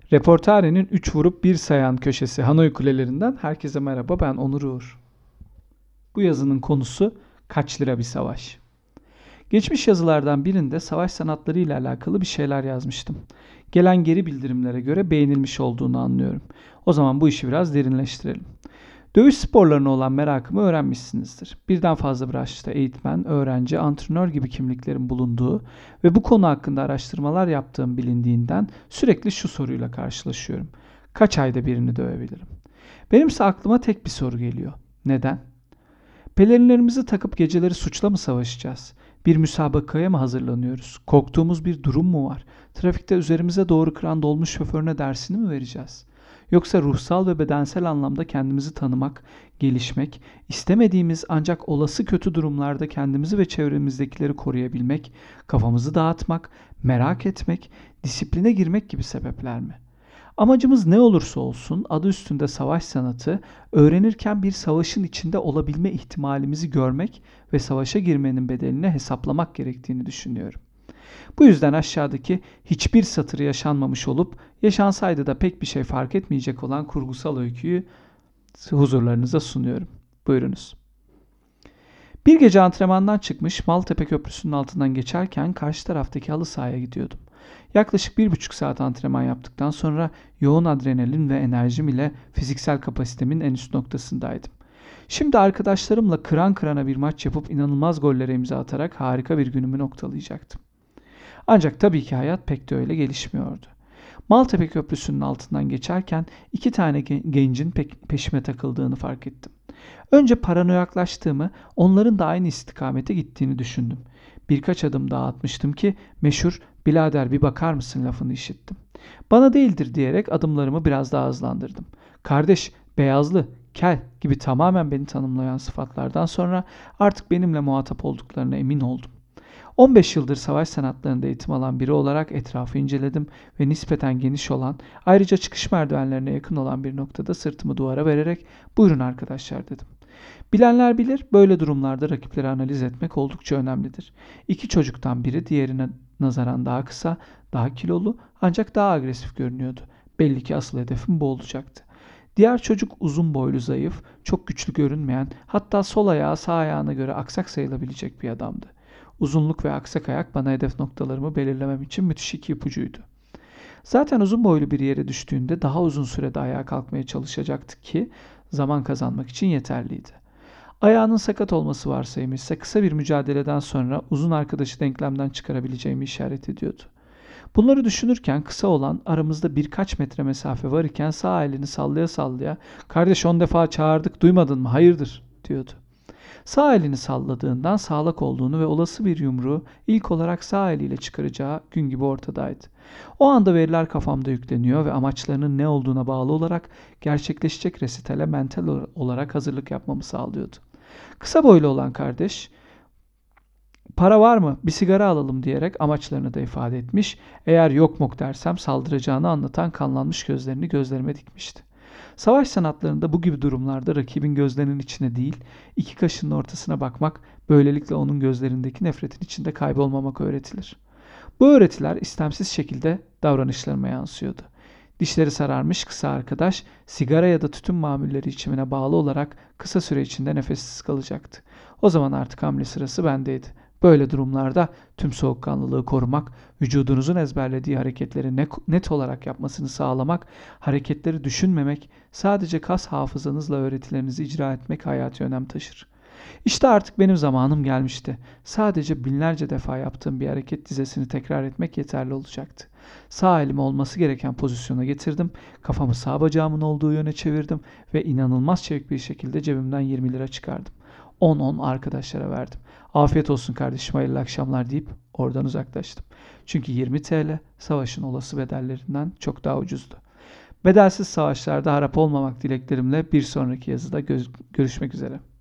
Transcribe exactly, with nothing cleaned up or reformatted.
Reportare'nin üç vurup bir sayan köşesi Hanoi Kulelerinden herkese merhaba, ben Onur Uğur. Bu yazının konusu kaç lira bir savaş? Geçmiş yazılardan birinde savaş sanatları ile alakalı bir şeyler yazmıştım. Gelen geri bildirimlere göre beğenilmiş olduğunu anlıyorum. O zaman bu işi biraz derinleştirelim. Dövüş sporlarına olan merakımı öğrenmişsinizdir. Birden fazla branşta eğitmen, öğrenci, antrenör gibi kimliklerin bulunduğu ve bu konu hakkında araştırmalar yaptığım bilindiğinden sürekli şu soruyla karşılaşıyorum. Kaç ayda birini dövebilirim? Benimse aklıma tek bir soru geliyor. Neden? Pelerinlerimizi takıp geceleri suçla mı savaşacağız? Bir müsabakaya mı hazırlanıyoruz? Korktuğumuz bir durum mu var? Trafikte üzerimize doğru kıran dolmuş şoförüne dersini mi vereceğiz? Yoksa ruhsal ve bedensel anlamda kendimizi tanımak, gelişmek, istemediğimiz ancak olası kötü durumlarda kendimizi ve çevremizdekileri koruyabilmek, kafamızı dağıtmak, merak etmek, disipline girmek gibi sebepler mi? Amacımız ne olursa olsun adı üstünde savaş sanatı, öğrenirken bir savaşın içinde olabilme ihtimalimizi görmek ve savaşa girmenin bedelini hesaplamak gerektiğini düşünüyorum. Bu yüzden aşağıdaki hiçbir satırı yaşanmamış olup yaşansaydı da pek bir şey fark etmeyecek olan kurgusal öyküyü huzurlarınıza sunuyorum. Buyurunuz. Bir gece antrenmandan çıkmış Maltepe Köprüsü'nün altından geçerken karşı taraftaki halı sahaya gidiyordum. Yaklaşık bir buçuk saat antrenman yaptıktan sonra yoğun adrenalin ve enerjim ile fiziksel kapasitemin en üst noktasındaydım. Şimdi arkadaşlarımla kıran kırana bir maç yapıp inanılmaz gollere imza atarak harika bir günümü noktalayacaktım. Ancak tabii ki hayat pek de öyle gelişmiyordu. Maltepe Köprüsü'nün altından geçerken iki tane gencin peşime takıldığını fark ettim. Önce paranoyaklaştığımı, onların da aynı istikamete gittiğini düşündüm. Birkaç adım daha atmıştım ki meşhur "birader bir bakar mısın" lafını işittim. Bana değildir diyerek adımlarımı biraz daha hızlandırdım. Kardeş, beyazlı, kel gibi tamamen beni tanımlayan sıfatlardan sonra artık benimle muhatap olduklarına emin oldum. on beş yıldır savaş sanatlarında eğitim alan biri olarak etrafı inceledim ve nispeten geniş olan, ayrıca çıkış merdivenlerine yakın olan bir noktada sırtımı duvara vererek "Buyurun arkadaşlar" dedim. Bilenler bilir, böyle durumlarda rakipleri analiz etmek oldukça önemlidir. İki çocuktan biri diğerine nazaran daha kısa, daha kilolu ancak daha agresif görünüyordu. Belli ki asıl hedefim bu olacaktı. Diğer çocuk uzun boylu, zayıf, çok güçlü görünmeyen, hatta sol ayağı sağ ayağına göre aksak sayılabilecek bir adamdı. Uzunluk ve aksak ayak bana hedef noktalarımı belirlemem için müthiş iki ipucuydu. Zaten uzun boylu bir yere düştüğünde daha uzun sürede ayağa kalkmaya çalışacaktı ki zaman kazanmak için yeterliydi. Ayağının sakat olması varsayımı ise kısa bir mücadeleden sonra uzun arkadaşı denklemden çıkarabileceğimi işaret ediyordu. Bunları düşünürken kısa olan aramızda birkaç metre mesafe var iken sağ elini sallaya sallaya "Kardeş on defa çağırdık duymadın mı, hayırdır?" diyordu. Sağ elini salladığından sağlak olduğunu ve olası bir yumruğu ilk olarak sağ eliyle çıkaracağı gün gibi ortadaydı. O anda veriler kafamda yükleniyor ve amaçlarının ne olduğuna bağlı olarak gerçekleşecek resitale mental olarak hazırlık yapmamı sağlıyordu. Kısa boylu olan kardeş, "Para var mı? Bir sigara alalım" diyerek amaçlarını da ifade etmiş, eğer yok mok dersem saldıracağını anlatan kanlanmış gözlerini gözlerime dikmişti. Savaş sanatlarında bu gibi durumlarda rakibin gözlerinin içine değil, iki kaşının ortasına bakmak, böylelikle onun gözlerindeki nefretin içinde kaybolmamak öğretilir. Bu öğretiler istemsiz şekilde davranışlarıma yansıyordu. Dişleri sararmış kısa arkadaş, sigara ya da tütün mamulleri içimine bağlı olarak kısa süre içinde nefessiz kalacaktı. O zaman artık hamle sırası bendeydi. Böyle durumlarda tüm soğukkanlılığı korumak, vücudunuzun ezberlediği hareketleri net olarak yapmasını sağlamak, hareketleri düşünmemek, sadece kas hafızanızla öğretilerinizi icra etmek hayati önem taşır. İşte artık benim zamanım gelmişti. Sadece binlerce defa yaptığım bir hareket dizesini tekrar etmek yeterli olacaktı. Sağ elimi olması gereken pozisyona getirdim, kafamı sağ bacağımın olduğu yöne çevirdim ve inanılmaz çevik bir şekilde cebimden yirmi lira çıkardım. on on arkadaşlara verdim. "Afiyet olsun kardeşim, hayırlı akşamlar" deyip oradan uzaklaştım. Çünkü yirmi TL savaşın olası bedellerinden çok daha ucuzdu. Bedelsiz savaşlarda harap olmamak dileklerimle bir sonraki yazıda gö- görüşmek üzere.